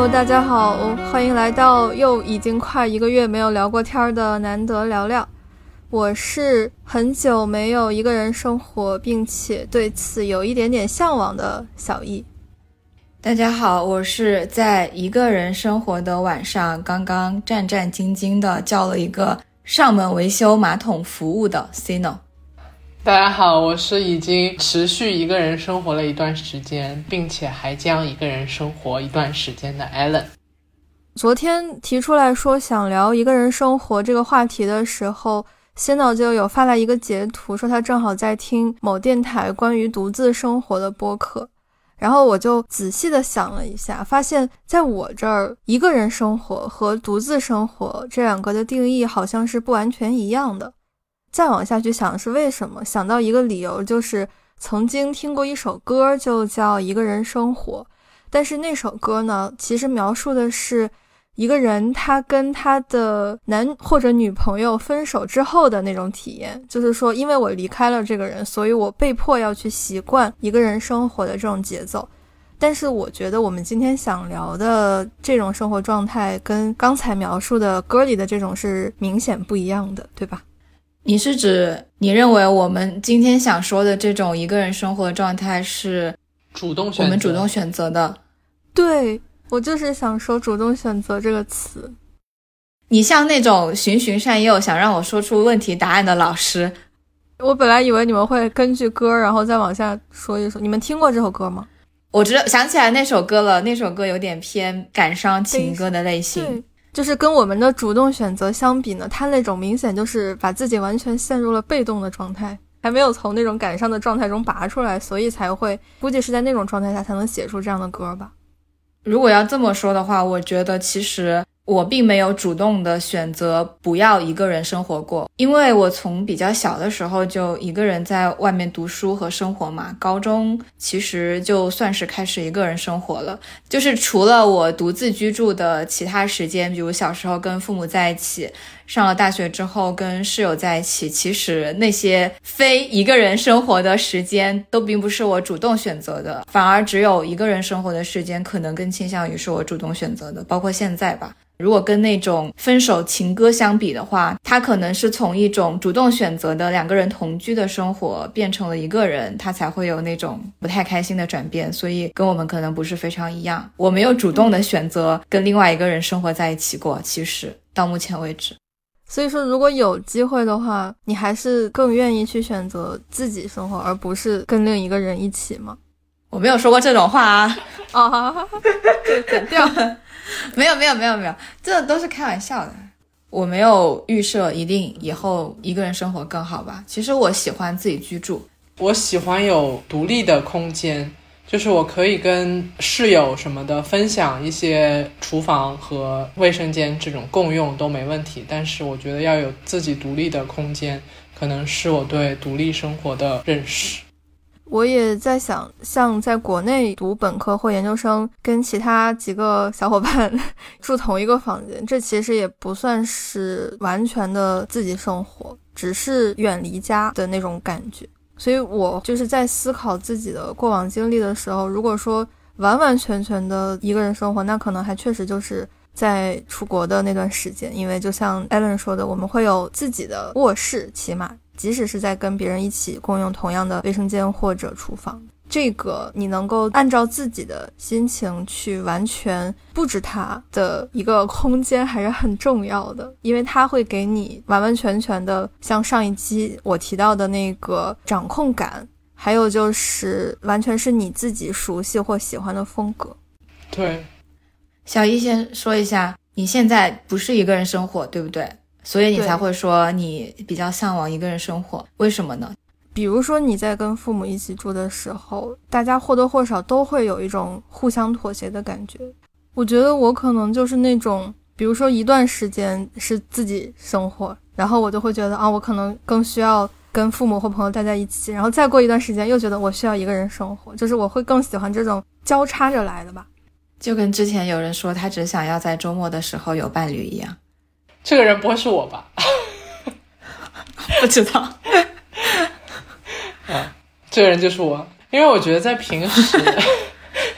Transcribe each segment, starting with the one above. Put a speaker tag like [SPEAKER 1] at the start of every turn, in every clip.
[SPEAKER 1] Hello， 大家好，欢迎来到又已经快1个月没有聊过天的难得聊聊。我是很久没有一个人生活，并且对此有一点点向往的小易。
[SPEAKER 2] 大家好，我是在一个人生活的晚上刚刚战战兢兢的叫了一个上门维修马桶服务的 Sino。
[SPEAKER 3] 大家好，我是已经持续一个人生活了一段时间，并且还将一个人生活一段时间的 Alan。
[SPEAKER 1] 昨天提出来说想聊一个人生活这个话题的时候，仙脑就有发来一个截图，说他正好在听某电台关于独自生活的播客，然后我就仔细的想了一下，发现在我这儿一个人生活和独自生活这两个的定义好像是不完全一样的。再往下去想是为什么，想到一个理由，就是曾经听过一首歌就叫一个人生活，但是那首歌呢其实描述的是一个人他跟他的男或者女朋友分手之后的那种体验，就是说因为我离开了这个人，所以我被迫要去习惯一个人生活的这种节奏。但是我觉得我们今天想聊的这种生活状态跟刚才描述的歌里的这种是明显不一样的，对吧？
[SPEAKER 2] 你是指你认为我们今天想说的这种一个人生活的状态是我们主动选择的？
[SPEAKER 1] 对，我就是想说主动选择这个词。
[SPEAKER 2] 你像那种循循善诱想让我说出问题答案的老师。
[SPEAKER 1] 我本来以为你们会根据歌然后再往下说一说。你们听过这首歌吗？
[SPEAKER 2] 我想起来那首歌了，那首歌有点偏感伤情歌的类型。
[SPEAKER 1] 对，就是跟我们的主动选择相比呢，他那种明显就是把自己完全陷入了被动的状态，还没有从那种感伤的状态中拔出来，所以才会估计是在那种状态下才能写出这样的歌吧。
[SPEAKER 2] 如果要这么说的话，我觉得其实我并没有主动的选择不要一个人生活过，因为我从比较小的时候就一个人在外面读书和生活嘛，高中其实就算是开始一个人生活了，就是除了我独自居住的其他时间，比如小时候跟父母在一起，上了大学之后跟室友在一起，其实那些非一个人生活的时间都并不是我主动选择的，反而只有一个人生活的时间可能更倾向于是我主动选择的，包括现在吧。如果跟那种分手情歌相比的话，它可能是从一种主动选择的两个人同居的生活变成了一个人，他才会有那种不太开心的转变，所以跟我们可能不是非常一样。我没有主动的选择跟另外一个人生活在一起过，其实到目前为止。
[SPEAKER 1] 所以说如果有机会的话，你还是更愿意去选择自己生活，而不是跟另一个人一起吗？
[SPEAKER 2] 我没有说过这种话啊。
[SPEAKER 1] 啊，这剪掉。
[SPEAKER 2] 没有，这都是开玩笑的。我没有预设一定以后一个人生活更好吧。其实我喜欢自己居住，
[SPEAKER 3] 我喜欢有独立的空间，就是我可以跟室友什么的分享一些厨房和卫生间，这种共用都没问题，但是我觉得要有自己独立的空间，可能是我对独立生活的认识。
[SPEAKER 1] 我也在想，像在国内读本科或研究生，跟其他几个小伙伴住同一个房间，这其实也不算是完全的自己生活，只是远离家的那种感觉。所以我就是在思考自己的过往经历的时候，如果说完完全全的一个人生活，那可能还确实就是在出国的那段时间，因为就像 Alan 说的，我们会有自己的卧室，起码即使是在跟别人一起共用同样的卫生间或者厨房，这个你能够按照自己的心情去完全布置它的一个空间还是很重要的，因为它会给你完完全全的像上一期我提到的那个掌控感，还有就是完全是你自己熟悉或喜欢的风格。
[SPEAKER 3] 对，
[SPEAKER 2] 小一先说一下，你现在不是一个人生活，对不对？所以你才会说你比较向往一个人生活，为什么呢？
[SPEAKER 1] 比如说你在跟父母一起住的时候，大家或多或少都会有一种互相妥协的感觉。我觉得我可能就是那种，比如说一段时间是自己生活，然后我就会觉得我可能更需要跟父母或朋友待在一起，然后再过一段时间又觉得我需要一个人生活，就是我会更喜欢这种交叉着来的吧。
[SPEAKER 2] 就跟之前有人说他只想要在周末的时候有伴侣一样。
[SPEAKER 3] 这个人不会是我吧？
[SPEAKER 2] 不知道。
[SPEAKER 3] 这个人就是我，因为我觉得在平时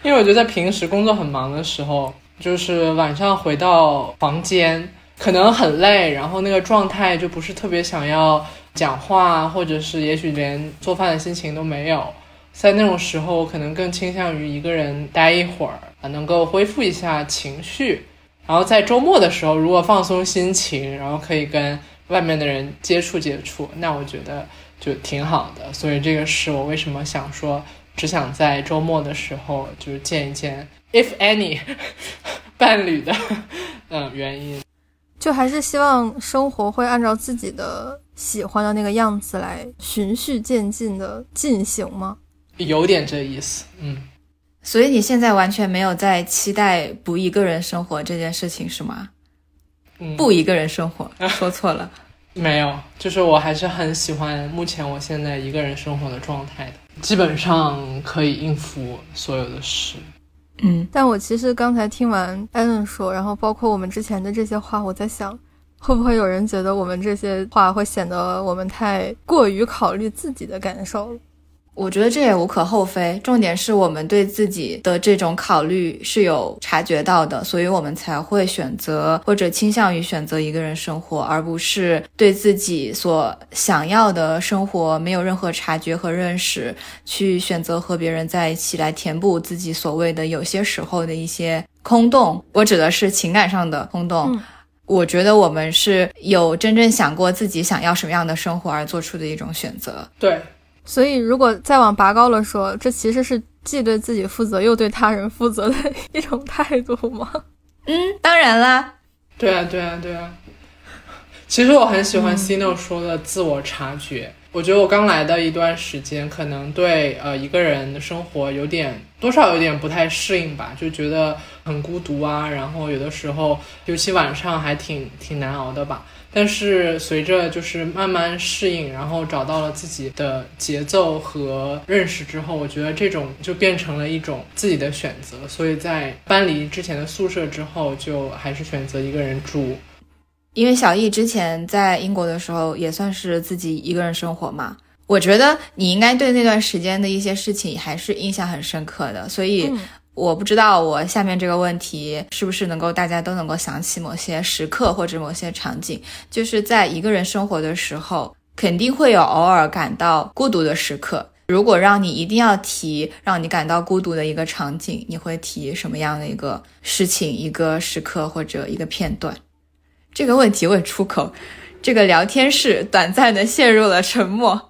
[SPEAKER 3] 因为我觉得在平时工作很忙的时候，就是晚上回到房间可能很累，然后那个状态就不是特别想要讲话，或者是也许连做饭的心情都没有。在那种时候我可能更倾向于一个人待一会儿，能够恢复一下情绪。然后在周末的时候如果放松心情，然后可以跟外面的人接触，那我觉得就挺好的。所以这个是我为什么想说只想在周末的时候就见一见 if any 伴侣的原因。
[SPEAKER 1] 就还是希望生活会按照自己的喜欢的那个样子来循序渐进的进行吗？
[SPEAKER 3] 有点这意思。
[SPEAKER 2] 所以你现在完全没有在期待不一个人生活这件事情是吗？不一个人生活说错了。
[SPEAKER 3] 没有，就是我还是很喜欢目前我现在一个人生活的状态的，基本上可以应付所有的事。
[SPEAKER 1] 但我其实刚才听完 Allen 说，然后包括我们之前的这些话，我在想会不会有人觉得我们这些话会显得我们太过于考虑自己的感受了。
[SPEAKER 2] 我觉得这也无可厚非，重点是我们对自己的这种考虑是有察觉到的，所以我们才会选择或者倾向于选择一个人生活，而不是对自己所想要的生活没有任何察觉和认识，去选择和别人在一起来填补自己所谓的有些时候的一些空洞。我指的是情感上的空洞。我觉得我们是有真正想过自己想要什么样的生活而做出的一种选择。
[SPEAKER 3] 对，
[SPEAKER 1] 所以如果再往拔高了说，这其实是既对自己负责又对他人负责的一种态度吗？
[SPEAKER 2] 当然啦。
[SPEAKER 3] 对啊。其实我很喜欢 Sino 说的自我察觉。我觉得我刚来的一段时间可能对一个人的生活多少有点不太适应吧，就觉得很孤独啊，然后有的时候尤其晚上还挺难熬的吧。但是随着就是慢慢适应，然后找到了自己的节奏和认识之后，我觉得这种就变成了一种自己的选择。所以在搬离之前的宿舍之后，就还是选择一个人住。
[SPEAKER 2] 因为小易之前在英国的时候也算是自己一个人生活嘛，我觉得你应该对那段时间的一些事情还是印象很深刻的，所以我不知道我下面这个问题是不是大家都能够想起某些时刻或者某些场景，就是在一个人生活的时候肯定会有偶尔感到孤独的时刻。如果让你一定要提让你感到孤独的一个场景，你会提什么样的一个事情、一个时刻或者一个片段？这个问题问出口，这个聊天室短暂的陷入了沉默。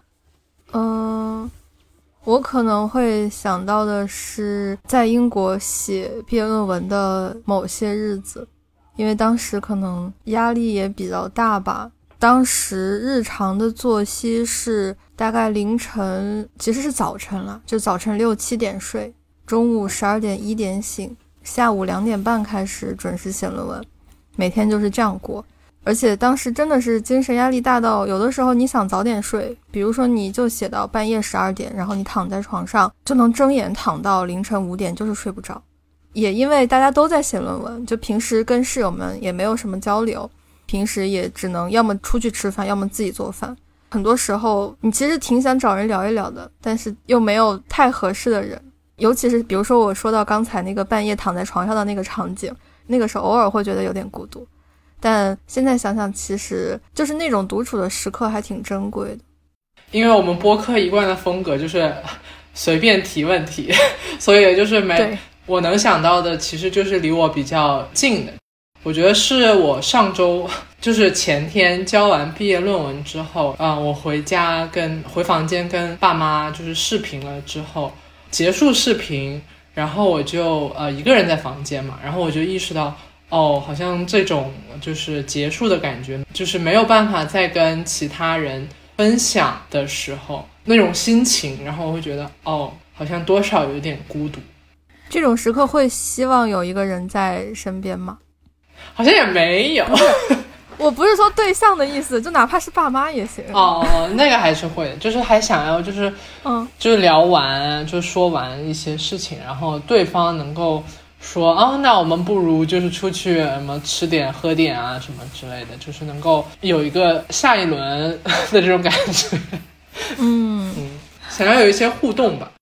[SPEAKER 1] 我可能会想到的是在英国写毕业论文的某些日子，因为当时可能压力也比较大吧。当时日常的作息是大概凌晨，其实是早晨了，就早晨6、7点睡，中午12点1点醒，下午2点半开始准时写论文，每天就是这样过。而且当时真的是精神压力大到有的时候你想早点睡，比如说你就写到半夜12点，然后你躺在床上就能睁眼躺到凌晨5点，就是睡不着。也因为大家都在写论文，就平时跟室友们也没有什么交流，平时也只能要么出去吃饭，要么自己做饭。很多时候你其实挺想找人聊一聊的，但是又没有太合适的人。尤其是比如说我说到刚才那个半夜躺在床上的那个场景，那个时候偶尔会觉得有点孤独，但现在想想其实就是那种独处的时刻还挺珍贵的。
[SPEAKER 3] 因为我们播客一贯的风格就是随便提问题，所以就是我能想到的其实就是离我比较近的。我觉得是我上周就是前天交完毕业论文之后我回房间跟爸妈就是视频了之后，结束视频，然后我就一个人在房间嘛，然后我就意识到好像这种就是结束的感觉，就是没有办法再跟其他人分享的时候那种心情，然后我会觉得好像多少有点孤独。
[SPEAKER 1] 这种时刻会希望有一个人在身边吗？
[SPEAKER 3] 好像也没有。
[SPEAKER 1] 我不是说对象的意思，就哪怕是爸妈也行。
[SPEAKER 3] 那个还是会的，就是还想要就是聊完就说完一些事情，然后对方能够说那我们不如就是出去什么吃点喝点啊什么之类的，就是能够有一个下一轮的这种感觉。想要有一些互动吧。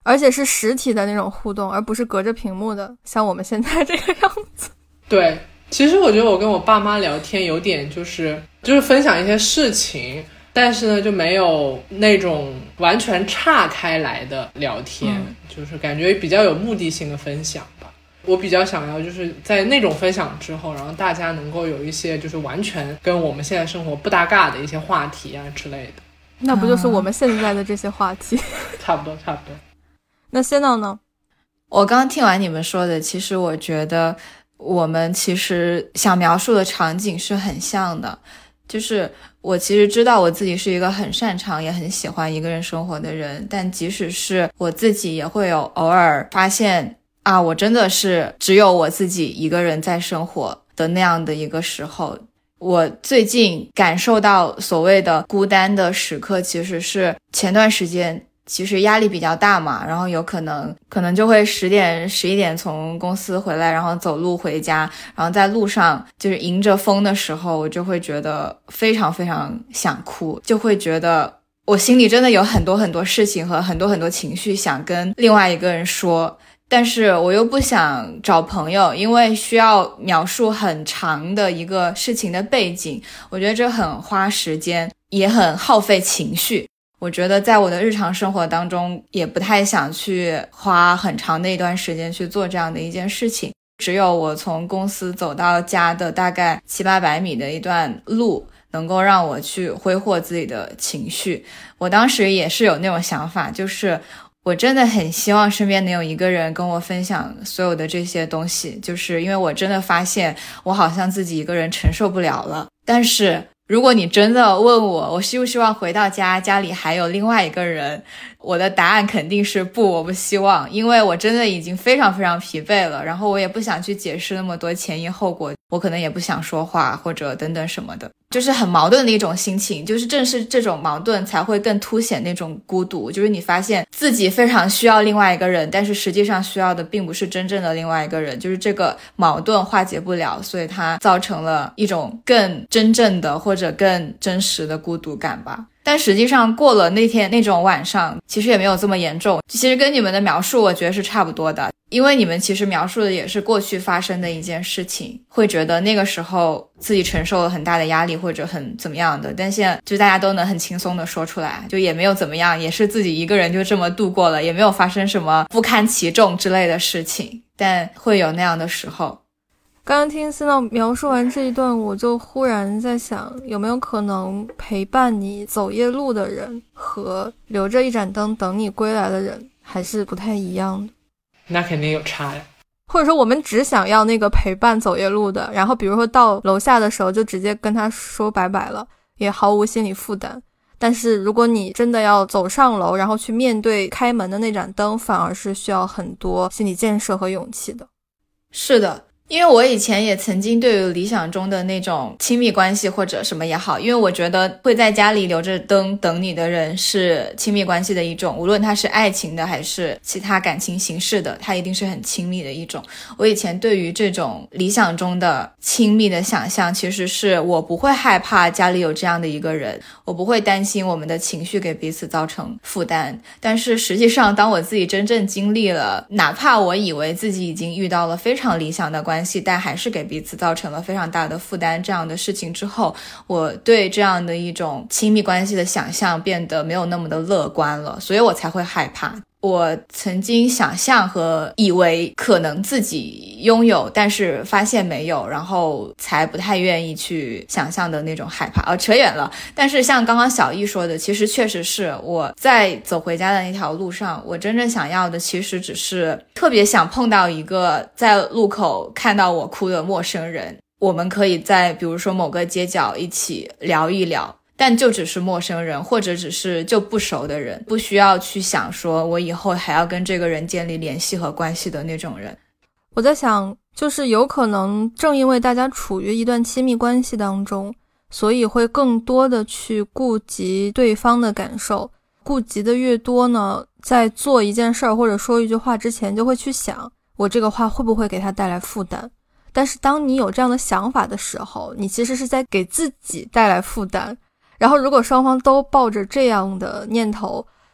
[SPEAKER 1] 而且是实体的那种互动，而不是隔着屏幕的，像我们现在这个样子。
[SPEAKER 3] 对，其实我觉得我跟我爸妈聊天有点就是分享一些事情，但是呢就没有那种完全岔开来的聊天，就是感觉比较有目的性的分享吧。我比较想要就是在那种分享之后，然后大家能够有一些就是完全跟我们现在生活不搭嘎的一些话题啊之类的。
[SPEAKER 1] 那不就是我们现在的这些话题？
[SPEAKER 3] 差不多。
[SPEAKER 1] 那Sino呢？
[SPEAKER 2] 我刚听完你们说的，其实我觉得我们其实想描述的场景是很像的。就是我其实知道我自己是一个很擅长也很喜欢一个人生活的人，但即使是我自己也会有偶尔发现啊，我真的是只有我自己一个人在生活的那样的一个时候。我最近感受到所谓的孤单的时刻，其实是前段时间其实压力比较大嘛，然后有可能就会10点11点从公司回来，然后走路回家，然后在路上就是迎着风的时候，我就会觉得非常非常想哭，就会觉得我心里真的有很多很多事情和很多很多情绪想跟另外一个人说，但是我又不想找朋友，因为需要描述很长的一个事情的背景，我觉得这很花时间，也很耗费情绪。我觉得在我的日常生活当中也不太想去花很长的一段时间去做这样的一件事情，只有我从公司走到家的大概700-800米的一段路能够让我去挥霍自己的情绪。我当时也是有那种想法，就是我真的很希望身边能有一个人跟我分享所有的这些东西，就是因为我真的发现我好像自己一个人承受不了了。但是如果你真的问我希不希望回到家里还有另外一个人，我的答案肯定是不，我不希望，因为我真的已经非常非常疲惫了，然后我也不想去解释那么多前因后果，我可能也不想说话或者等等什么的，就是很矛盾的一种心情。就是正是这种矛盾才会更凸显那种孤独，就是你发现自己非常需要另外一个人，但是实际上需要的并不是真正的另外一个人，就是这个矛盾化解不了，所以它造成了一种更真正的或者更真实的孤独感吧。但实际上过了那天那种晚上其实也没有这么严重，其实跟你们的描述我觉得是差不多的，因为你们其实描述的也是过去发生的一件事情，会觉得那个时候自己承受了很大的压力或者很怎么样的，但现在就大家都能很轻松的说出来，就也没有怎么样，也是自己一个人就这么度过了，也没有发生什么不堪其重之类的事情，但会有那样的时候。
[SPEAKER 1] 刚刚听Sino描述完这一段，我就忽然在想，有没有可能陪伴你走夜路的人和留着一盏灯等你归来的人还是不太一样的。
[SPEAKER 3] 那肯定有差呀。
[SPEAKER 1] 或者说我们只想要那个陪伴走夜路的，然后比如说到楼下的时候就直接跟他说拜拜了，也毫无心理负担。但是如果你真的要走上楼，然后去面对开门的那盏灯，反而是需要很多心理建设和勇气的。
[SPEAKER 2] 是的，因为我以前也曾经对于理想中的那种亲密关系或者什么也好，因为我觉得会在家里留着灯等你的人是亲密关系的一种，无论他是爱情的还是其他感情形式的，他一定是很亲密的一种。我以前对于这种理想中的亲密的想象，其实是我不会害怕家里有这样的一个人，我不会担心我们的情绪给彼此造成负担。但是实际上当我自己真正经历了，哪怕我以为自己已经遇到了非常理想的关系，但还是给彼此造成了非常大的负担这样的事情之后，我对这样的一种亲密关系的想象变得没有那么的乐观了，所以我才会害怕。我曾经想象和以为可能自己拥有，但是发现没有，然后才不太愿意去想象的那种害怕。扯远了。但是像刚刚小易说的，其实确实是我在走回家的那条路上，我真正想要的其实只是特别想碰到一个在路口看到我哭的陌生人，我们可以在比如说某个街角一起聊一聊，但就只是陌生人，或者只是就不熟的人，不需要去想说我以后还要跟这个人建立联系和关系的那种人。
[SPEAKER 1] 我在想，就是有可能正因为大家处于一段亲密关系当中，所以会更多的去顾及对方的感受，顾及的越多呢，在做一件事儿或者说一句话之前就会去想，我这个话会不会给他带来负担。但是当你有这样的想法的时候，你其实是在给自己带来负担。然后如果双方都抱着这样的念头，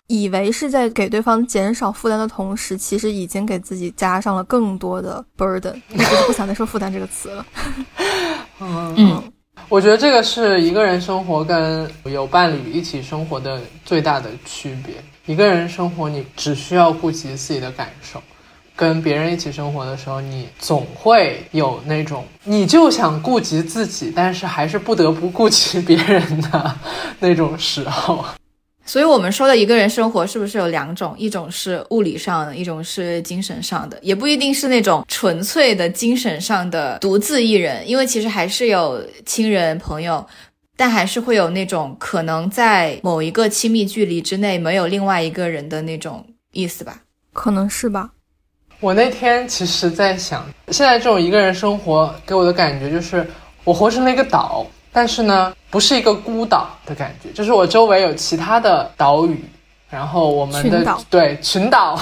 [SPEAKER 1] 以为是在给对方减少负担的同时，其实已经给自己加上了更多的 burden。 我就是不想再说负担这个词了。
[SPEAKER 3] 我觉得这个是一个人生活跟有伴侣一起生活的最大的区别。一个人生活你只需要顾及自己的感受，跟别人一起生活的时候，你总会有那种你就想顾及自己，但是还是不得不顾及别人的那种时候。
[SPEAKER 2] 所以我们说的一个人生活是不是有两种，一种是物理上的，一种是精神上的，也不一定是那种纯粹的精神上的独自一人，因为其实还是有亲人朋友，但还是会有那种可能在某一个亲密距离之内没有另外一个人的那种意思吧。
[SPEAKER 1] 可能是吧。
[SPEAKER 3] 我那天其实在想，现在这种一个人生活给我的感觉就是我活成了一个岛，但是呢不是一个孤岛的感觉，就是我周围有其他的岛屿，然后我们的
[SPEAKER 1] 群岛，
[SPEAKER 3] 对，群岛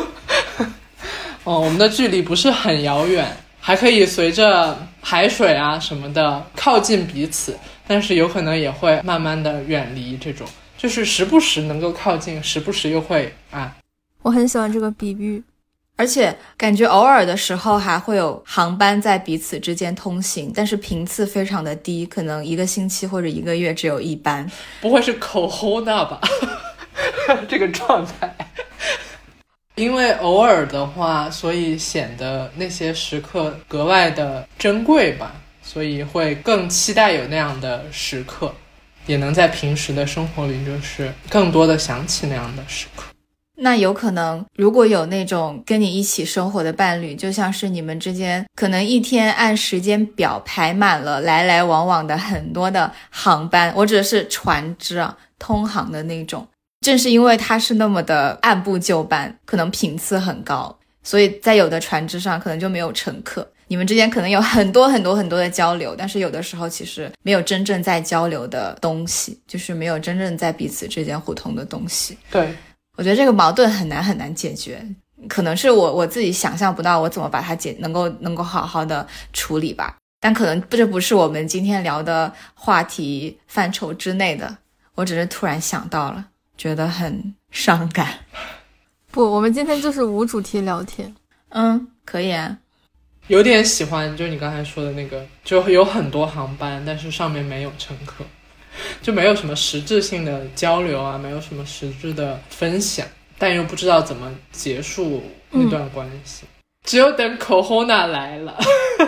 [SPEAKER 3] 我们的距离不是很遥远，还可以随着海水啊什么的靠近彼此，但是有可能也会慢慢的远离，这种就是时不时能够靠近，时不时又会
[SPEAKER 1] 我很喜欢这个比喻。
[SPEAKER 2] 而且感觉偶尔的时候还会有航班在彼此之间通行，但是频次非常的低，可能一个星期或者一个月只有一班。
[SPEAKER 3] 不会是口吼那吧这个状态。因为偶尔的话，所以显得那些时刻格外的珍贵吧，所以会更期待有那样的时刻，也能在平时的生活里就是更多的想起那样的时刻。
[SPEAKER 2] 那有可能如果有那种跟你一起生活的伴侣，就像是你们之间可能一天按时间表排满了来来往往的很多的航班，我指的是船只啊，通航的那种，正是因为它是那么的按部就班，可能频次很高，所以在有的船只上可能就没有乘客，你们之间可能有很多很多很多的交流，但是有的时候其实没有真正在交流的东西，就是没有真正在彼此之间互通的东西。
[SPEAKER 3] 对，
[SPEAKER 2] 我觉得这个矛盾很难很难解决，可能是我自己想象不到我怎么把它能够好好的处理吧，但可能这不是我们今天聊的话题范畴之内的，我只是突然想到了，觉得很伤感。
[SPEAKER 1] 不，我们今天就是无主题聊天。
[SPEAKER 2] 可以啊。
[SPEAKER 3] 有点喜欢就你刚才说的那个，就有很多航班但是上面没有乘客，就没有什么实质性的交流啊，没有什么实质的分享，但又不知道怎么结束那段关系，只有等 Corona 来了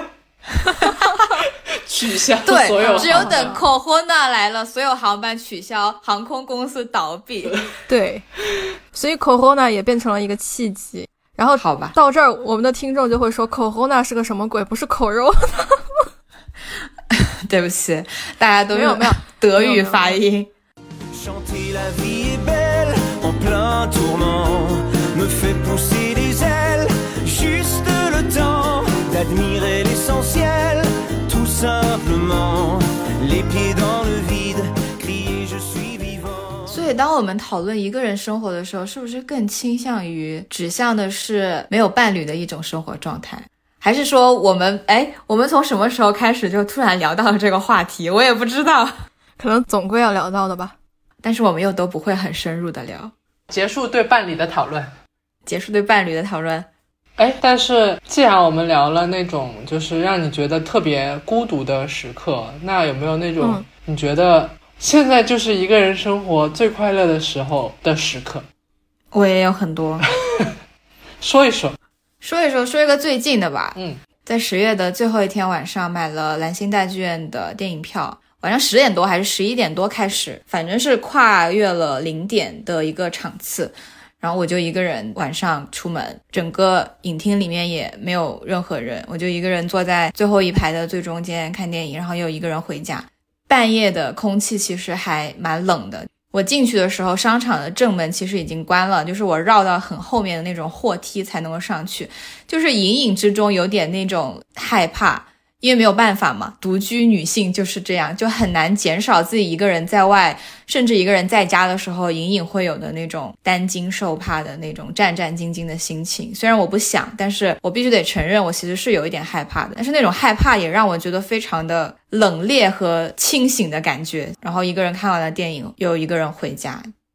[SPEAKER 3] 取消所有航班。
[SPEAKER 2] 对，只有等 Corona 来了，所有航班取消，航空公司倒闭。
[SPEAKER 1] 对，所以 Corona 也变成了一个契机。然后
[SPEAKER 2] 好吧，
[SPEAKER 1] 到这儿我们的听众就会说 Corona 是个什么鬼，不是口肉
[SPEAKER 2] 对不起，大家都用德语发音。
[SPEAKER 4] Chanter la vie est belle en plein tournant me fait pousser des ailes juste le temps d'admirer l'essentiel tout simplement les pieds dans le vide crier je suis vivant。
[SPEAKER 2] 所以当我们讨论一个人生活的时候，是不是更倾向于指向的是没有伴侣的一种生活状态，还是说我们从什么时候开始就突然聊到了这个话题，我也不知道，
[SPEAKER 1] 可能总归要聊到的吧，
[SPEAKER 2] 但是我们又都不会很深入的聊。
[SPEAKER 3] 结束对伴侣的讨论。但是既然我们聊了那种就是让你觉得特别孤独的时刻，那有没有那种你觉得现在就是一个人生活最快乐的时候的时刻？
[SPEAKER 2] 我也有很多
[SPEAKER 3] 说一说
[SPEAKER 2] 一个最近的吧。在10月的最后一天晚上买了兰心大剧院的电影票，晚上10点多还是11点多开始，反正是跨越了0点的一个场次，然后我就一个人晚上出门，整个影厅里面也没有任何人，我就一个人坐在最后一排的最中间看电影，然后又一个人回家。半夜的空气其实还蛮冷的，我进去的时候商场的正门其实已经关了，就是我绕到很后面的那种货梯才能够上去，就是隐隐之中有点那种害怕，因为没有办法嘛，独居女性就是这样，就很难减少自己一个人在外，甚至一个人在家的时候隐隐会有的那种担惊受怕的那种战战兢兢的心情。虽然我不想，但是我必须得承认我其实是有一点害怕的，但是那种害怕也让我觉得非常的冷冽和清醒的感觉。然后一个人看完了电影又一个人回家，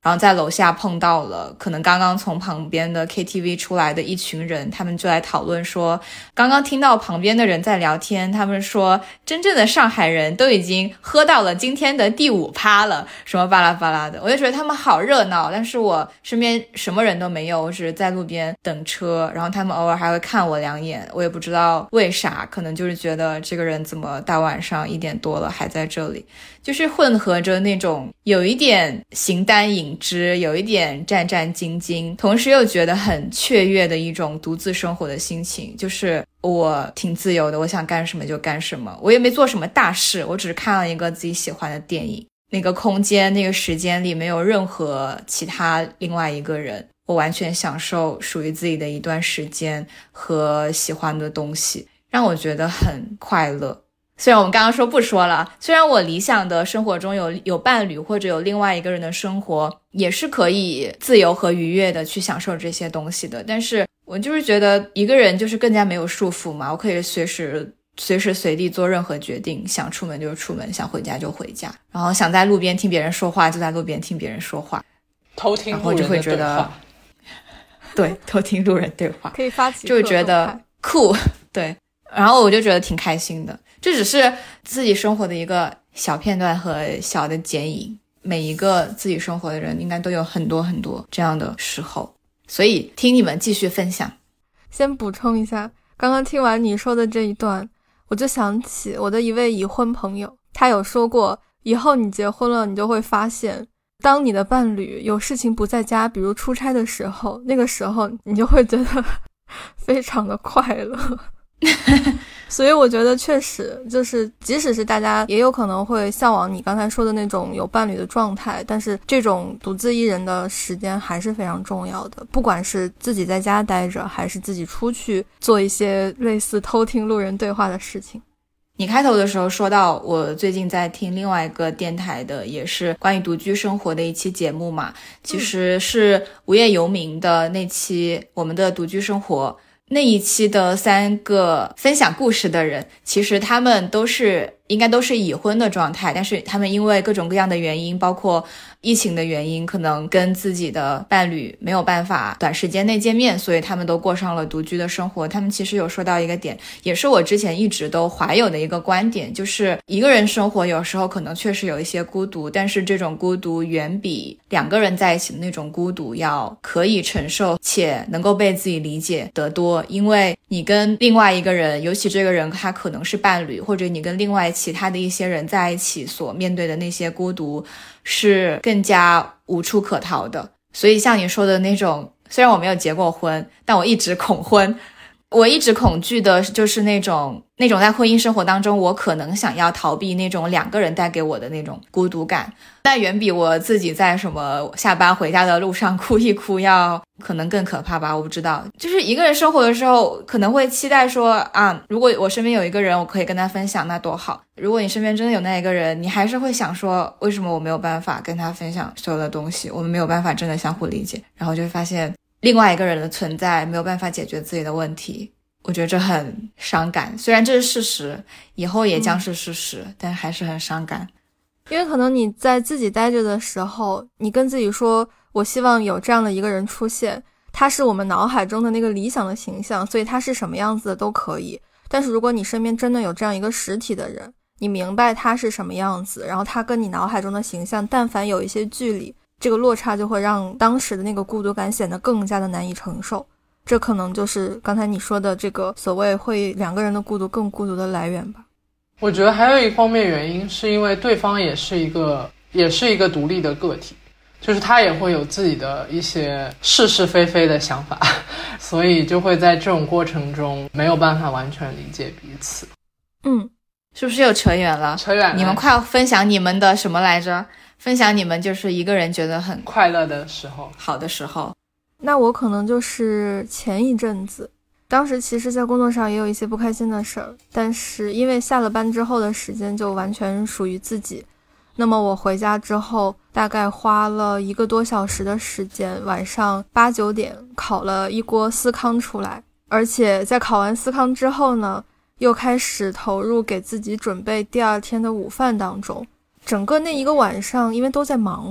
[SPEAKER 2] 然后在楼下碰到了可能刚刚从旁边的 KTV 出来的一群人，他们就来讨论说，刚刚听到旁边的人在聊天，他们说真正的上海人都已经喝到了今天的第5趴了，什么巴拉巴拉的。我就觉得他们好热闹，但是我身边什么人都没有，我只是在路边等车，然后他们偶尔还会看我2眼，我也不知道为啥，可能就是觉得这个人怎么大晚上1点多了还在这里，就是混合着那种有一点形单影只，有一点战战兢兢，同时又觉得很雀跃的一种独自生活的心情。就是我挺自由的，我想干什么就干什么，我也没做什么大事，我只是看了一个自己喜欢的电影，那个空间那个时间里没有任何其他另外一个人，我完全享受属于自己的一段时间和喜欢的东西，让我觉得很快乐。虽然我们刚刚说不说了，虽然我理想的生活中有伴侣或者有另外一个人的生活也是可以自由和愉悦的去享受这些东西的，但是我就是觉得一个人就是更加没有束缚嘛，我可以随时随地做任何决定，想出门就出门，想回家就回家，然后想在路边听别人说话就在路边听别人说话，
[SPEAKER 3] 偷听路人的对话，
[SPEAKER 2] 然后就会觉得对，偷听路人对话
[SPEAKER 1] 可以发起
[SPEAKER 2] 就觉得酷，对，然后我就觉得挺开心的。这只是自己生活的一个小片段和小的剪影，每一个自己生活的人应该都有很多很多这样的时候，所以听你们继续分享。
[SPEAKER 1] 先补充一下，刚刚听完你说的这一段，我就想起我的一位已婚朋友，他有说过，以后你结婚了，你就会发现当你的伴侣有事情不在家，比如出差的时候，那个时候你就会觉得非常的快乐所以我觉得确实就是即使是大家也有可能会向往你刚才说的那种有伴侣的状态，但是这种独自一人的时间还是非常重要的，不管是自己在家待着还是自己出去做一些类似偷听路人对话的事情。
[SPEAKER 2] 你开头的时候说到我最近在听另外一个电台的也是关于独居生活的一期节目嘛，其实是无业游民的那期我们的独居生活，那一期的3个分享故事的人，其实他们应该都是已婚的状态，但是他们因为各种各样的原因，包括疫情的原因，可能跟自己的伴侣没有办法短时间内见面，所以他们都过上了独居的生活。他们其实有说到一个点，也是我之前一直都怀有的一个观点，就是一个人生活有时候可能确实有一些孤独，但是这种孤独远比2个人在一起的那种孤独要可以承受且能够被自己理解得多。因为你跟另外一个人，尤其这个人他可能是伴侣，或者你跟另外其他的一些人在一起所面对的那些孤独是更加无处可逃的。所以像你说的那种，虽然我没有结过婚，但我一直恐婚，我一直恐惧的就是那种在婚姻生活当中我可能想要逃避那种2个人带给我的那种孤独感，但远比我自己在什么下班回家的路上哭一哭要可能更可怕吧，我不知道。就是一个人生活的时候可能会期待说啊，如果我身边有一个人我可以跟他分享那多好，如果你身边真的有那一个人，你还是会想说为什么我没有办法跟他分享所有的东西，我们没有办法真的相互理解，然后就会发现另外一个人的存在没有办法解决自己的问题，我觉得这很伤感，虽然这是事实，以后也将是事实，但还是很伤感。
[SPEAKER 1] 因为可能你在自己待着的时候，你跟自己说我希望有这样的一个人出现，他是我们脑海中的那个理想的形象，所以他是什么样子的都可以。但是如果你身边真的有这样一个实体的人，你明白他是什么样子，然后他跟你脑海中的形象但凡有一些距离，这个落差就会让当时的那个孤独感显得更加的难以承受。这可能就是刚才你说的这个所谓会2个人的孤独更孤独的来源吧。
[SPEAKER 3] 我觉得还有一方面原因是因为对方也是一个独立的个体，就是他也会有自己的一些是是非非的想法，所以就会在这种过程中没有办法完全理解彼此。
[SPEAKER 2] 是不是又扯远了？
[SPEAKER 3] 扯远了。
[SPEAKER 2] 你们快要分享你们的什么来着？分享你们就是一个人觉得很
[SPEAKER 3] 快乐的时候，
[SPEAKER 2] 好的时候。
[SPEAKER 1] 那我可能就是前一阵子，当时其实在工作上也有一些不开心的事儿，但是因为下了班之后的时间就完全属于自己，那么我回家之后大概花了1个多小时的时间，晚上8、9点烤了一锅司康出来，而且在烤完司康之后呢，又开始投入给自己准备第2天的午饭当中。整个那一个晚上因为都在忙活，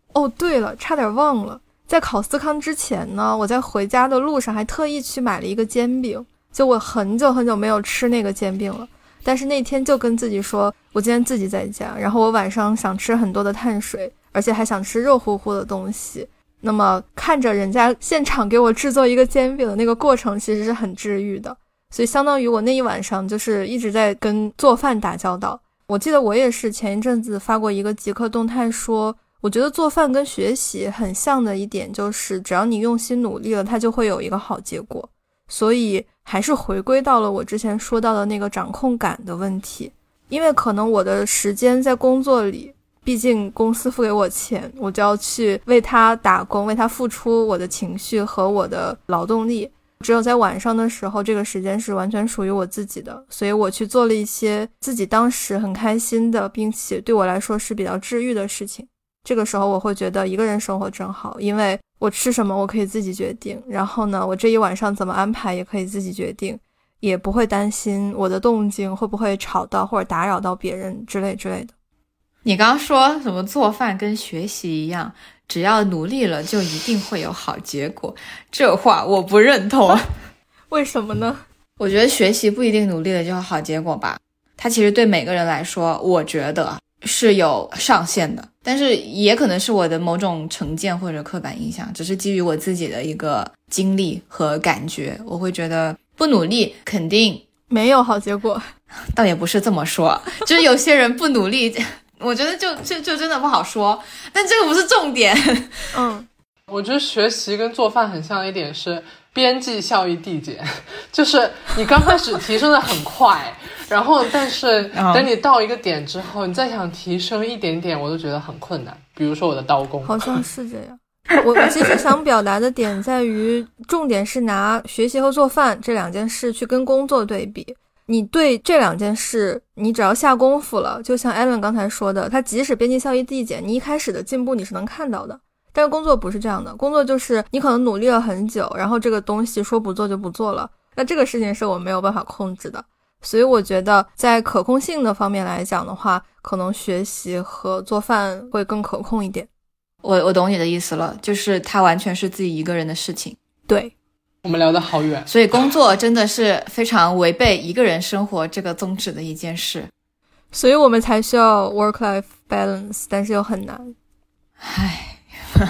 [SPEAKER 1] 哦，对了，差点忘了，在考斯康之前呢，我在回家的路上还特意去买了一个煎饼，就我很久很久没有吃那个煎饼了，但是那天就跟自己说我今天自己在家，然后我晚上想吃很多的碳水，而且还想吃热乎乎的东西，那么看着人家现场给我制作一个煎饼的那个过程其实是很治愈的，所以相当于我那一晚上就是一直在跟做饭打交道。我记得我也是前一阵子发过一个极客动态说，我觉得做饭跟学习很像的一点就是只要你用心努力了，它就会有一个好结果。所以还是回归到了我之前说到的那个掌控感的问题，因为可能我的时间在工作里，毕竟公司付给我钱，我就要去为他打工，为他付出我的情绪和我的劳动力，只有在晚上的时候这个时间是完全属于我自己的，所以我去做了一些自己当时很开心的并且对我来说是比较治愈的事情。这个时候我会觉得一个人生活真好，因为我吃什么我可以自己决定，然后呢我这一晚上怎么安排也可以自己决定，也不会担心我的动静会不会吵到或者打扰到别人之类之类的。
[SPEAKER 2] 你刚刚说什么做饭跟学习一样，只要努力了就一定会有好结果，这话我不认同。
[SPEAKER 1] 为什么呢？
[SPEAKER 2] 我觉得学习不一定努力了就有好结果吧，它其实对每个人来说我觉得是有上限的，但是也可能是我的某种成见或者刻板印象，只是基于我自己的一个经历和感觉，我会觉得不努力肯定
[SPEAKER 1] 没有好结果。
[SPEAKER 2] 倒也不是这么说，就是有些人不努力我觉得就真的不好说，但这个不是重点。
[SPEAKER 3] 我觉得学习跟做饭很像一点是边际效益递减，就是你刚开始提升的很快，然后但是等你到一个点之后，你再想提升一点点，我都觉得很困难。比如说我的刀工，
[SPEAKER 1] 好像是这样。我其实想表达的点在于，重点是拿学习和做饭这两件事去跟工作对比。你对这两件事你只要下功夫了，就像 Alan 刚才说的，它即使边际效益递减，你一开始的进步你是能看到的。但是工作不是这样的，工作就是你可能努力了很久，然后这个东西说不做就不做了，那这个事情是我没有办法控制的。所以我觉得在可控性的方面来讲的话，可能学习和做饭会更可控一点。
[SPEAKER 2] 我懂你的意思了，就是它完全是自己一个人的事情。
[SPEAKER 1] 对，
[SPEAKER 3] 我们聊得好远，
[SPEAKER 2] 所以工作真的是非常违背一个人生活这个宗旨的一件事，
[SPEAKER 1] 所以我们才需要 work-life balance， 但是又很难。
[SPEAKER 2] 唉，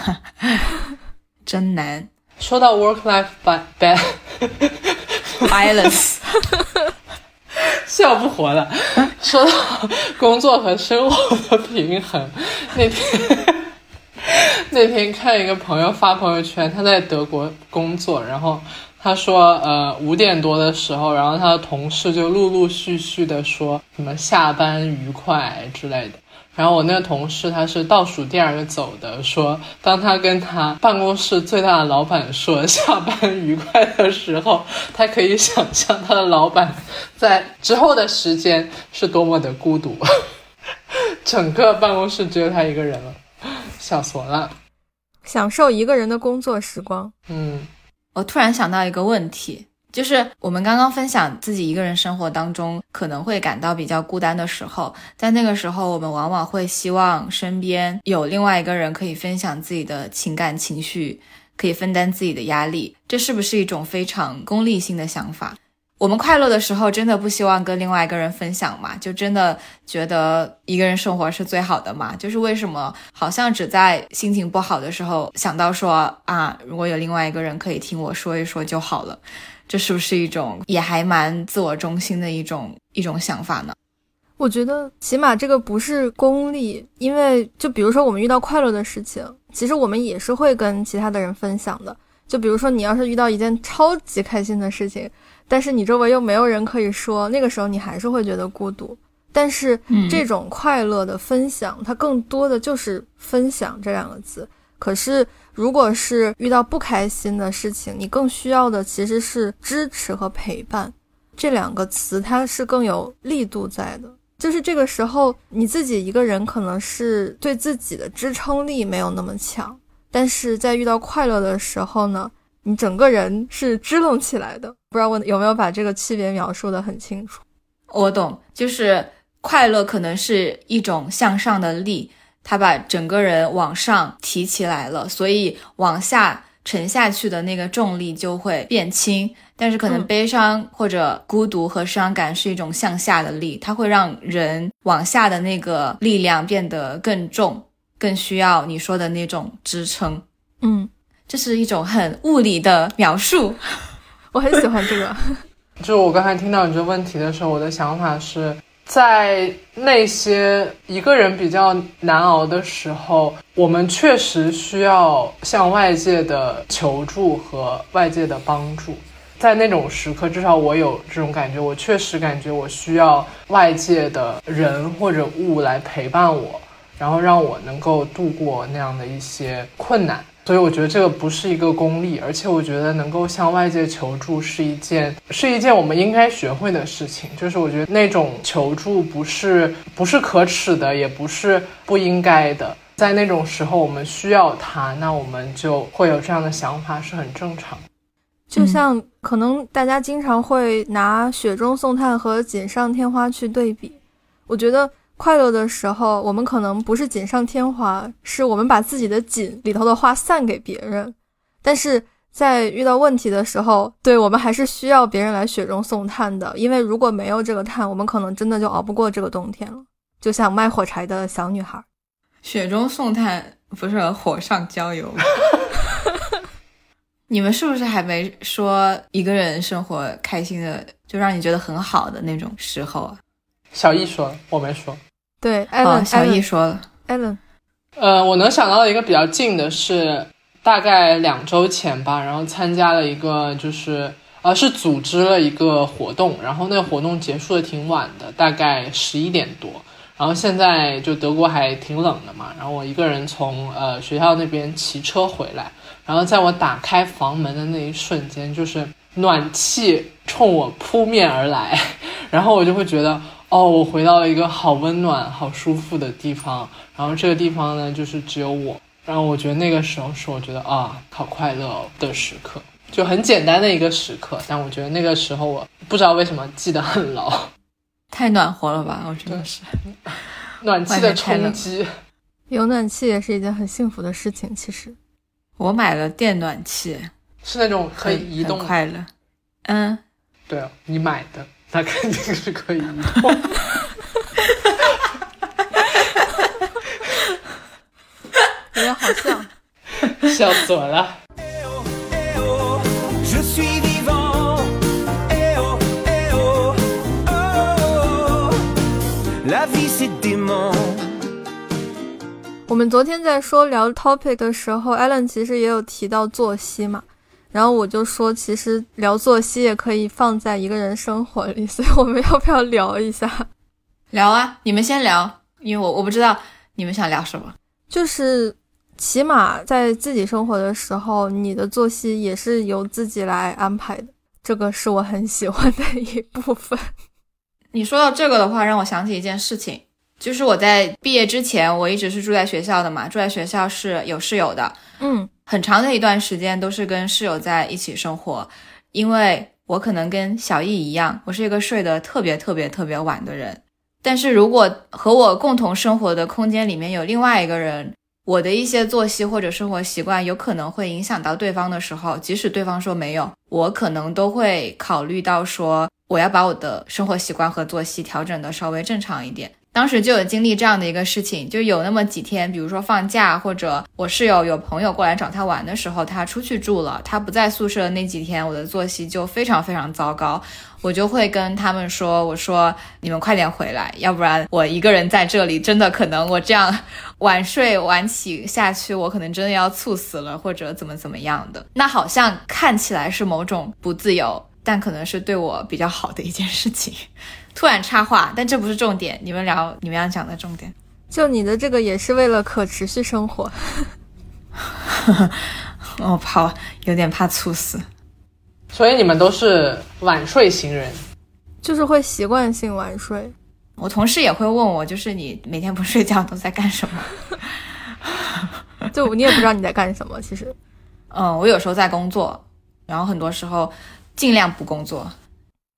[SPEAKER 2] 真难。
[SPEAKER 3] 说到 work-life
[SPEAKER 2] balance
[SPEAKER 3] 笑不活了。说到工作和生活的平衡，那天看一个朋友发朋友圈，他在德国工作，然后他说5点多的时候，然后他的同事就陆陆续续的说什么下班愉快之类的。然后我那个同事他是倒数第2个走的，说当他跟他办公室最大的老板说下班愉快的时候，他可以想象他的老板在之后的时间是多么的孤独，整个办公室只有他一个人了，笑死我了。
[SPEAKER 1] 享受一个人的工作时光。
[SPEAKER 2] 我突然想到一个问题，就是我们刚刚分享自己一个人生活当中可能会感到比较孤单的时候，在那个时候我们往往会希望身边有另外一个人可以分享自己的情感情绪，可以分担自己的压力，这是不是一种非常功利性的想法？我们快乐的时候真的不希望跟另外一个人分享嘛？就真的觉得一个人生活是最好的嘛？就是为什么好像只在心情不好的时候想到说啊，如果有另外一个人可以听我说一说就好了，这是不是一种也还蛮自我中心的一种想法呢？
[SPEAKER 1] 我觉得起码这个不是功利，因为就比如说我们遇到快乐的事情，其实我们也是会跟其他的人分享的。就比如说你要是遇到一件超级开心的事情，但是你周围又没有人可以说，那个时候你还是会觉得孤独。但是这种快乐的分享，它更多的就是分享这2个字。可是如果是遇到不开心的事情，你更需要的其实是支持和陪伴，这2个词它是更有力度在的。就是这个时候你自己一个人可能是对自己的支撑力没有那么强，但是在遇到快乐的时候呢，你整个人是支棱起来的。不知道我有没有把这个区别描述得很清楚？
[SPEAKER 2] 我懂，就是快乐可能是一种向上的力， 他把整个人往上提起来了，所以往下沉下去的那个重力就会变轻。但是可能悲伤或者孤独和伤感是一种向下的力，它会让人往下的那个力量变得更重，更需要你说的那种支撑。这是一种很物理的描述。
[SPEAKER 1] 我很喜欢这个。
[SPEAKER 3] 就我刚才听到你这个问题的时候，我的想法是在那些一个人比较难熬的时候，我们确实需要向外界的求助和外界的帮助。在那种时刻，至少我有这种感觉，我确实感觉我需要外界的人或者物来陪伴我，然后让我能够度过那样的一些困难。所以我觉得这个不是一个功利，而且我觉得能够向外界求助是一件我们应该学会的事情。就是我觉得那种求助不是可耻的，也不是不应该的。在那种时候我们需要它，那我们就会有这样的想法，是很正常。
[SPEAKER 1] 就像可能大家经常会拿雪中送炭和锦上添花去对比，我觉得快乐的时候我们可能不是锦上添花，是我们把自己的锦里头的花散给别人。但是在遇到问题的时候，对，我们还是需要别人来雪中送炭的，因为如果没有这个炭，我们可能真的就熬不过这个冬天了。就像卖火柴的小女孩。
[SPEAKER 2] 雪中送炭不是火上浇油吗？你们是不是还没说一个人生活开心的就让你觉得很好的那种时候啊？
[SPEAKER 3] 小易说了，我没说。
[SPEAKER 1] 对， Alan，
[SPEAKER 2] 小易说了。
[SPEAKER 1] Alan，
[SPEAKER 3] 我能想到的一个比较近的是大概2周前吧，然后参加了一个是组织了一个活动，然后那个活动结束的挺晚的，大概11点多。然后现在就德国还挺冷的嘛，然后我一个人从学校那边骑车回来，然后在我打开房门的那一瞬间，就是暖气冲我扑面而来，然后我就会觉得我回到了一个好温暖好舒服的地方，然后这个地方呢就是只有我，然后我觉得那个时候是我觉得好快乐的时刻，就很简单的一个时刻，但我觉得那个时候我不知道为什么记得很牢。
[SPEAKER 2] 太暖和了吧，我真的是
[SPEAKER 3] 暖气的冲击。
[SPEAKER 1] 有暖气也是一件很幸福的事情。其实
[SPEAKER 2] 我买了电暖气，
[SPEAKER 3] 是那种可以移动的，
[SPEAKER 2] 很快乐。
[SPEAKER 3] 对啊，你买的那肯定是可以移动。
[SPEAKER 1] 有点好笑。
[SPEAKER 3] 笑死我了。
[SPEAKER 1] 我们昨天在聊 topic 的时候 Alan 其实也有提到作息嘛，然后我就说其实聊作息也可以放在一个人生活里，所以我们要不要聊一下？
[SPEAKER 2] 聊啊，你们先聊，因为我不知道你们想聊什么。
[SPEAKER 1] 就是起码在自己生活的时候，你的作息也是由自己来安排的，这个是我很喜欢的一部分。
[SPEAKER 2] 你说到这个的话，让我想起一件事情，就是我在毕业之前我一直是住在学校的嘛，住在学校是有室友的，很长的一段时间都是跟室友在一起生活。因为我可能跟小易一样，我是一个睡得特别晚的人，但是如果和我共同生活的空间里面有另外一个人，我的一些作息或者生活习惯有可能会影响到对方的时候，即使对方说没有，我可能都会考虑到说我要把我的生活习惯和作息调整的稍微正常一点。当时就有经历这样的一个事情，就有那么几天，比如说放假或者我室友有朋友过来找他玩的时候，他出去住了，他不在宿舍的那几天，我的作息就非常糟糕。我就会跟他们说，我说你们快点回来，要不然我一个人在这里真的可能我这样晚睡晚起下去，我可能真的要猝死了或者怎么样的。那好像看起来是某种不自由，但可能是对我比较好的一件事情。突然插话，但这不是重点，你们聊你们要讲的重点。
[SPEAKER 1] 就你的这个也是为了可持续生活。
[SPEAKER 2] 我有点怕猝死。
[SPEAKER 3] 所以你们都是晚睡型人？
[SPEAKER 1] 就是会习惯性晚睡。
[SPEAKER 2] 我同事也会问我，就是你每天不睡觉都在干什么？
[SPEAKER 1] 就你也不知道你在干什么其实。
[SPEAKER 2] 我有时候在工作，然后很多时候尽量不工作。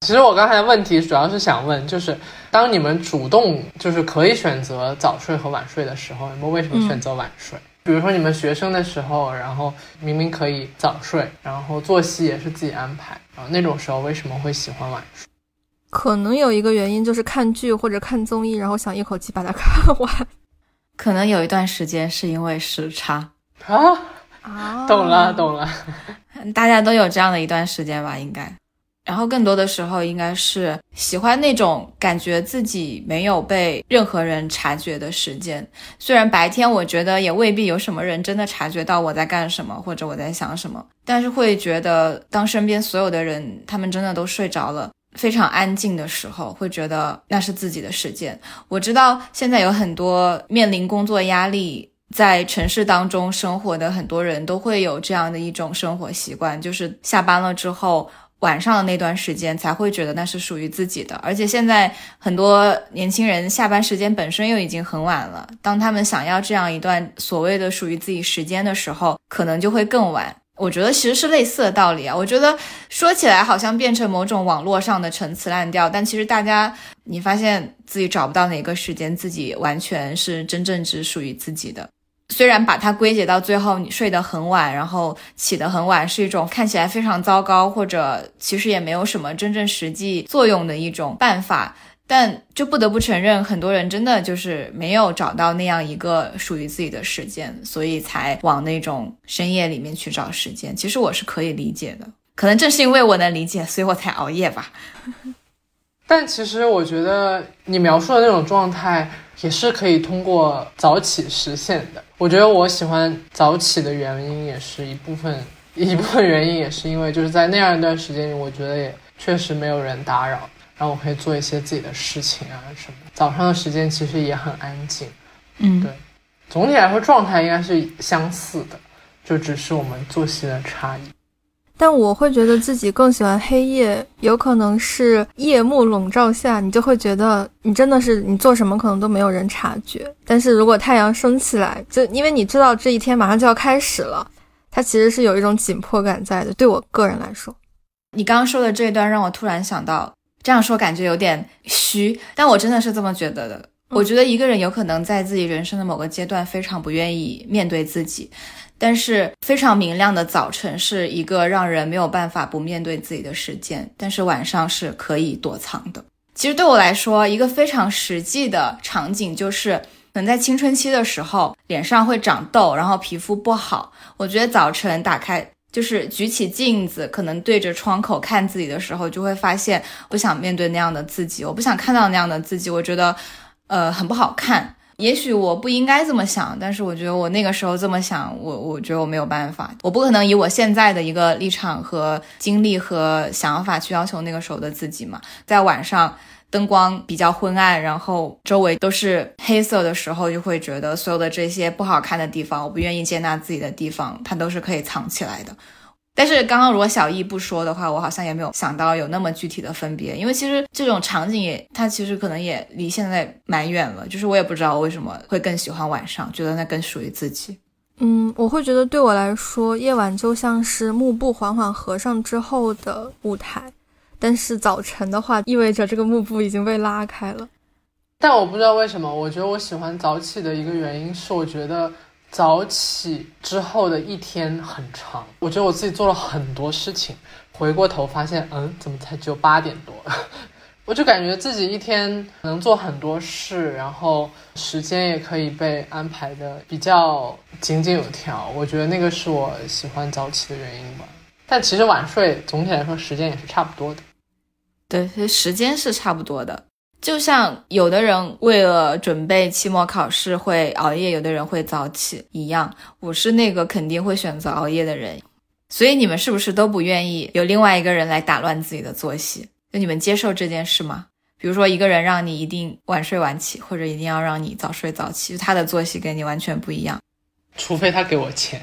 [SPEAKER 3] 其实我刚才的问题主要是想问，就是当你们主动就是可以选择早睡和晚睡的时候，你们为什么选择晚睡？比如说你们学生的时候，然后明明可以早睡，然后作息也是自己安排，然后那种时候为什么会喜欢晚睡？
[SPEAKER 1] 可能有一个原因就是看剧或者看综艺，然后想一口气把它看完。
[SPEAKER 2] 可能有一段时间是因为时差
[SPEAKER 3] 啊，懂了，
[SPEAKER 2] 大家都有这样的一段时间吧，应该。然后更多的时候应该是喜欢那种感觉自己没有被任何人察觉的时间。虽然白天我觉得也未必有什么人真的察觉到我在干什么或者我在想什么，但是会觉得当身边所有的人他们真的都睡着了，非常安静的时候，会觉得那是自己的时间。我知道现在有很多面临工作压力在城市当中生活的很多人都会有这样的一种生活习惯，就是下班了之后晚上的那段时间才会觉得那是属于自己的。而且现在很多年轻人下班时间本身又已经很晚了，当他们想要这样一段所谓的属于自己时间的时候，可能就会更晚。我觉得其实是类似的道理啊。我觉得说起来好像变成某种网络上的陈词滥调，但其实大家你发现自己找不到哪个时间自己完全是真正只属于自己的。虽然把它归结到最后你睡得很晚然后起得很晚是一种看起来非常糟糕或者其实也没有什么真正实际作用的一种办法，但就不得不承认很多人真的就是没有找到那样一个属于自己的时间，所以才往那种深夜里面去找时间。其实我是可以理解的，可能正是因为我能理解所以我才熬夜吧。
[SPEAKER 3] 但其实我觉得你描述的那种状态也是可以通过早起实现的。我觉得我喜欢早起的原因也是一部分原因也是因为就是在那样一段时间里，我觉得也确实没有人打扰，然后我可以做一些自己的事情啊什么的。早上的时间其实也很安静。对，总体来说状态应该是相似的，就只是我们作息的差异。
[SPEAKER 1] 但我会觉得自己更喜欢黑夜，有可能是夜幕笼罩下你就会觉得你真的是你做什么可能都没有人察觉，但是如果太阳升起来，就因为你知道这一天马上就要开始了，它其实是有一种紧迫感在的，对我个人来说。
[SPEAKER 2] 你刚刚说的这一段让我突然想到，这样说感觉有点虚，但我真的是这么觉得的。我觉得一个人有可能在自己人生的某个阶段非常不愿意面对自己，但是非常明亮的早晨是一个让人没有办法不面对自己的时间，但是晚上是可以躲藏的。其实对我来说，一个非常实际的场景就是可能在青春期的时候脸上会长痘，然后皮肤不好，我觉得早晨打开就是举起镜子，可能对着窗口看自己的时候，就会发现不想面对那样的自己，我不想看到那样的自己，我觉得很不好看。也许我不应该这么想，但是我觉得我那个时候这么想，我觉得我没有办法，我不可能以我现在的一个立场和经历和想法去要求那个时候的自己嘛。在晚上灯光比较昏暗，然后周围都是黑色的时候，就会觉得所有的这些不好看的地方，我不愿意接纳自己的地方，它都是可以藏起来的。但是刚刚如果小易不说的话，我好像也没有想到有那么具体的分别，因为其实这种场景它其实可能也离现在蛮远了，就是我也不知道我为什么会更喜欢晚上，觉得那更属于自己。
[SPEAKER 1] 我会觉得对我来说，夜晚就像是幕布缓缓合上之后的舞台，但是早晨的话意味着这个幕布已经被拉开了。
[SPEAKER 3] 但我不知道为什么，我觉得我喜欢早起的一个原因是我觉得早起之后的一天很长，我觉得我自己做了很多事情，回过头发现怎么才只有8点多我就感觉自己一天能做很多事，然后时间也可以被安排的比较井井有条，我觉得那个是我喜欢早起的原因吧。但其实晚睡总体来说时间也是差不多的。
[SPEAKER 2] 对，时间是差不多的，就像有的人为了准备期末考试会熬夜，有的人会早起一样，我是那个肯定会选择熬夜的人。所以你们是不是都不愿意有另外一个人来打乱自己的作息？就你们接受这件事吗？比如说一个人让你一定晚睡晚起，或者一定要让你早睡早起，他的作息跟你完全不一样。
[SPEAKER 3] 除非他给我钱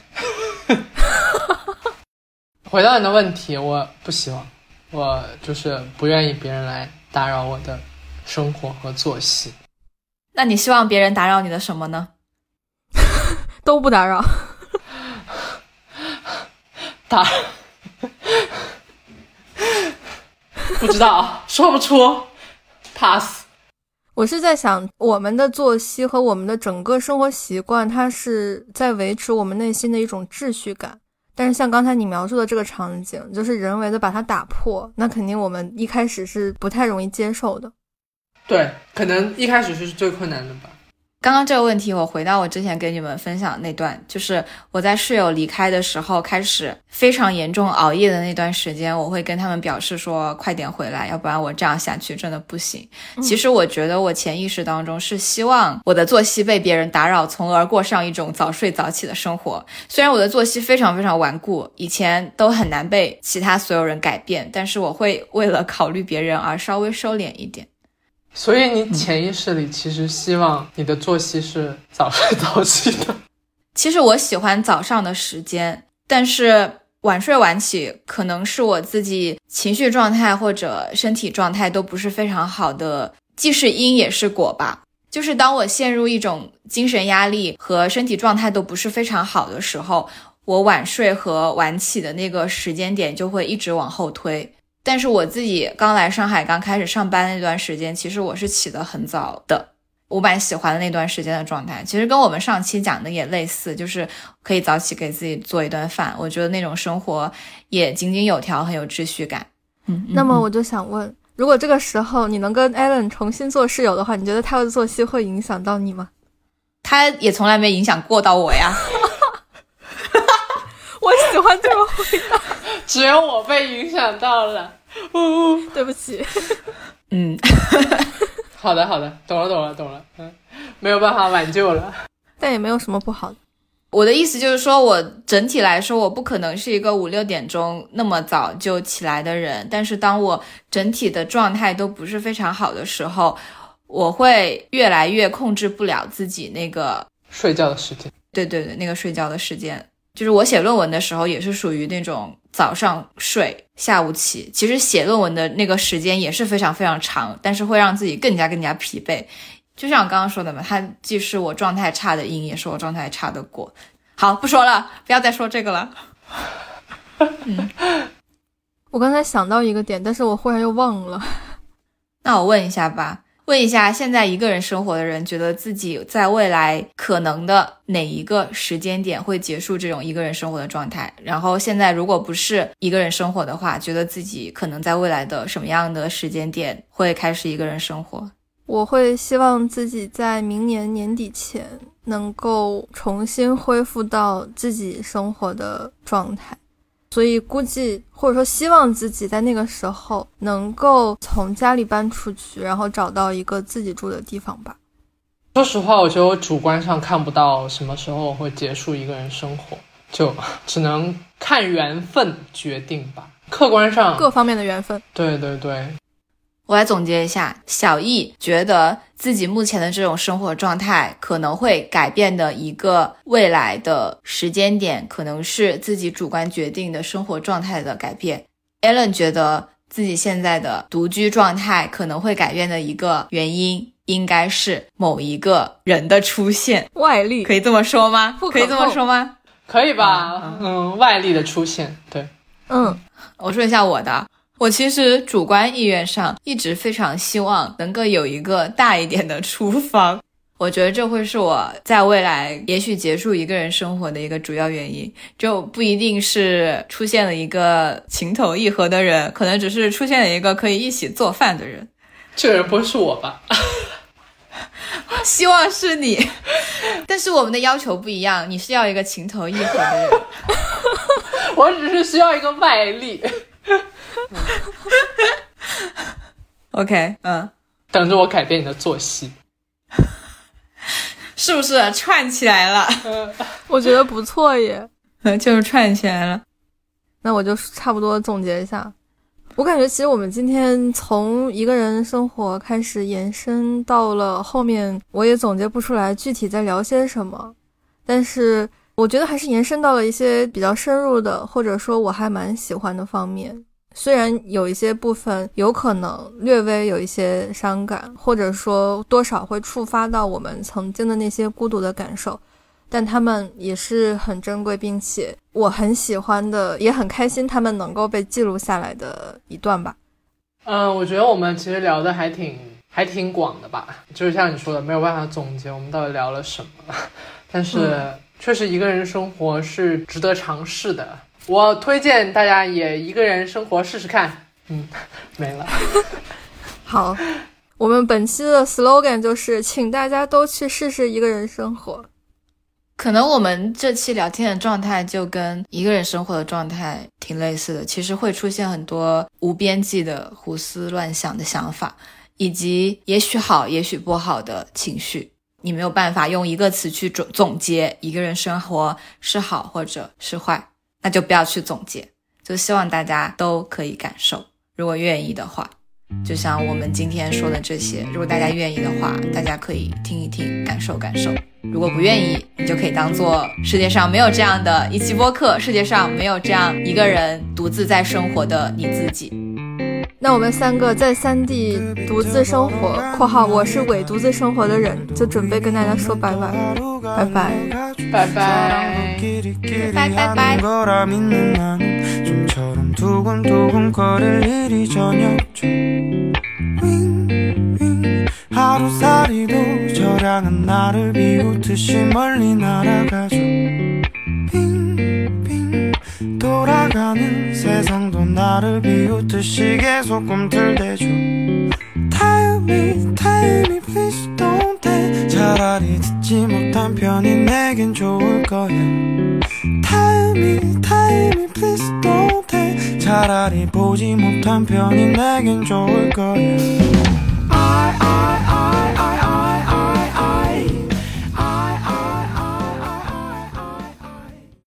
[SPEAKER 3] 回到你的问题，我不希望，我就是不愿意别人来打扰我的生活和作息。
[SPEAKER 2] 那你希望别人打扰你的什么呢？
[SPEAKER 1] 都不打扰
[SPEAKER 3] 不知道，说不出 ，pass。
[SPEAKER 1] 我是在想，我们的作息和我们的整个生活习惯，它是在维持我们内心的一种秩序感。但是像刚才你描述的这个场景，就是人为的把它打破，那肯定我们一开始是不太容易接受的。
[SPEAKER 3] 对，可能一开始是最困难的吧。
[SPEAKER 2] 刚刚这个问题，我回到我之前给你们分享那段，就是我在室友离开的时候开始非常严重熬夜的那段时间，我会跟他们表示说快点回来，要不然我这样下去真的不行。其实我觉得我潜意识当中是希望我的作息被别人打扰，从而过上一种早睡早起的生活。虽然我的作息非常非常顽固，以前都很难被其他所有人改变，但是我会为了考虑别人而稍微收敛一点。
[SPEAKER 3] 所以你潜意识里其实希望你的作息是早睡早起的。
[SPEAKER 2] 其实我喜欢早上的时间，但是晚睡晚起可能是我自己情绪状态或者身体状态都不是非常好的，既是因也是果吧。就是当我陷入一种精神压力和身体状态都不是非常好的时候，我晚睡和晚起的那个时间点就会一直往后推。但是我自己刚来上海刚开始上班那段时间，其实我是起得很早的，我蛮喜欢那段时间的状态。其实跟我们上期讲的也类似，就是可以早起给自己做一顿饭，我觉得那种生活也井井有条，很有秩序感。
[SPEAKER 1] 那么我就想问，如果这个时候你能跟 Alan 重新做室友的话，你觉得他的作息会影响到你吗？
[SPEAKER 2] 他也从来没影响过到我呀。
[SPEAKER 1] 我喜欢这个回答。
[SPEAKER 3] 只有我被影响到了。
[SPEAKER 1] 对不起。
[SPEAKER 3] 好的好的，懂了。没有办法挽救了。
[SPEAKER 1] 但也没有什么不好的。
[SPEAKER 2] 我的意思就是说，我整体来说我不可能是一个5-6点钟那么早就起来的人，但是当我整体的状态都不是非常好的时候，我会越来越控制不了自己那个
[SPEAKER 3] 睡觉的时间。
[SPEAKER 2] 对，那个睡觉的时间。就是我写论文的时候也是属于那种早上睡下午起，其实写论文的那个时间也是非常非常长，但是会让自己更加疲惫。就像我刚刚说的嘛，它既是我状态差的因，也是我状态差的果。好，不说了，不要再说这个了。
[SPEAKER 1] 我刚才想到一个点，但是我忽然又忘了。
[SPEAKER 2] 那我问一下吧，问一下现在一个人生活的人，觉得自己在未来可能的哪一个时间点会结束这种一个人生活的状态？然后现在如果不是一个人生活的话，觉得自己可能在未来的什么样的时间点会开始一个人生活？
[SPEAKER 1] 我会希望自己在明年年底前能够重新恢复到自己生活的状态，所以估计或者说希望自己在那个时候能够从家里搬出去，然后找到一个自己住的地方吧。
[SPEAKER 3] 说实话，我觉得我主观上看不到什么时候会结束一个人生活，就只能看缘分决定吧。客观上
[SPEAKER 1] 各方面的缘分。
[SPEAKER 3] 对。
[SPEAKER 2] 我来总结一下，小易觉得自己目前的这种生活状态可能会改变的一个未来的时间点，可能是自己主观决定的生活状态的改变。Alan 觉得自己现在的独居状态可能会改变的一个原因，应该是某一个人的出现。
[SPEAKER 1] 外力
[SPEAKER 2] 可以这么说吗？
[SPEAKER 1] 不可控。
[SPEAKER 2] 可以这么说吗？
[SPEAKER 3] 可以吧。外力的出现。对。
[SPEAKER 2] 我说一下我的。我其实主观意愿上一直非常希望能够有一个大一点的厨房，我觉得这会是我在未来也许结束一个人生活的一个主要原因，就不一定是出现了一个情投意合的人，可能只是出现了一个可以一起做饭的人。
[SPEAKER 3] 这个人不会是我吧？
[SPEAKER 2] 希望是你，但是我们的要求不一样，你是要一个情投意合的人。
[SPEAKER 3] 我只是需要一个外力。
[SPEAKER 2] OK，
[SPEAKER 3] 等着我改变你的作息，
[SPEAKER 2] 是不是串起来了？
[SPEAKER 1] 我觉得不错耶。
[SPEAKER 2] 就是串起来了。
[SPEAKER 1] 那我就差不多总结一下，我感觉其实我们今天从一个人生活开始延伸到了后面，我也总结不出来具体在聊些什么，但是我觉得还是延伸到了一些比较深入的，或者说我还蛮喜欢的方面。虽然有一些部分有可能略微有一些伤感，或者说多少会触发到我们曾经的那些孤独的感受，但他们也是很珍贵，并且我很喜欢的，也很开心他们能够被记录下来的一段吧。
[SPEAKER 3] 我觉得我们其实聊的还挺广的吧，就是像你说的没有办法总结我们到底聊了什么，但是确实一个人生活是值得尝试的，我推荐大家也一个人生活试试看。没了。
[SPEAKER 1] 好，我们本期的 slogan 就是请大家都去试试一个人生活。
[SPEAKER 2] 可能我们这期聊天的状态就跟一个人生活的状态挺类似的，其实会出现很多无边际的胡思乱想的想法，以及也许好也许不好的情绪，你没有办法用一个词去总结一个人生活是好或者是坏，那就不要去总结，就希望大家都可以感受，如果愿意的话，就像我们今天说的这些，如果大家愿意的话，大家可以听一听，感受感受，如果不愿意，你就可以当做世界上没有这样的一期播客，世界上没有这样一个人独自在生活的你自己。
[SPEAKER 1] 那我们三个在三地独自生活（括号我是伪独自生活的人）就准备跟大家说拜拜，拜拜，
[SPEAKER 3] 拜拜，
[SPEAKER 2] 拜拜拜。
[SPEAKER 4] 좀처럼 두근두근거릴 일이 전혀 없죠. 윙윙 하루살이도 저량한 나를 비웃듯이 멀리 날아가죠. 빙빙 돌아가는 세상도 나를 비웃듯이 계속 꿈틀대죠. Tell me please don't dare. 차라리 듣지 못한 편이 내겐 좋을 거야. Tell me please don't dare. 차라리 보지 못한 편이 내겐 좋을 거야. I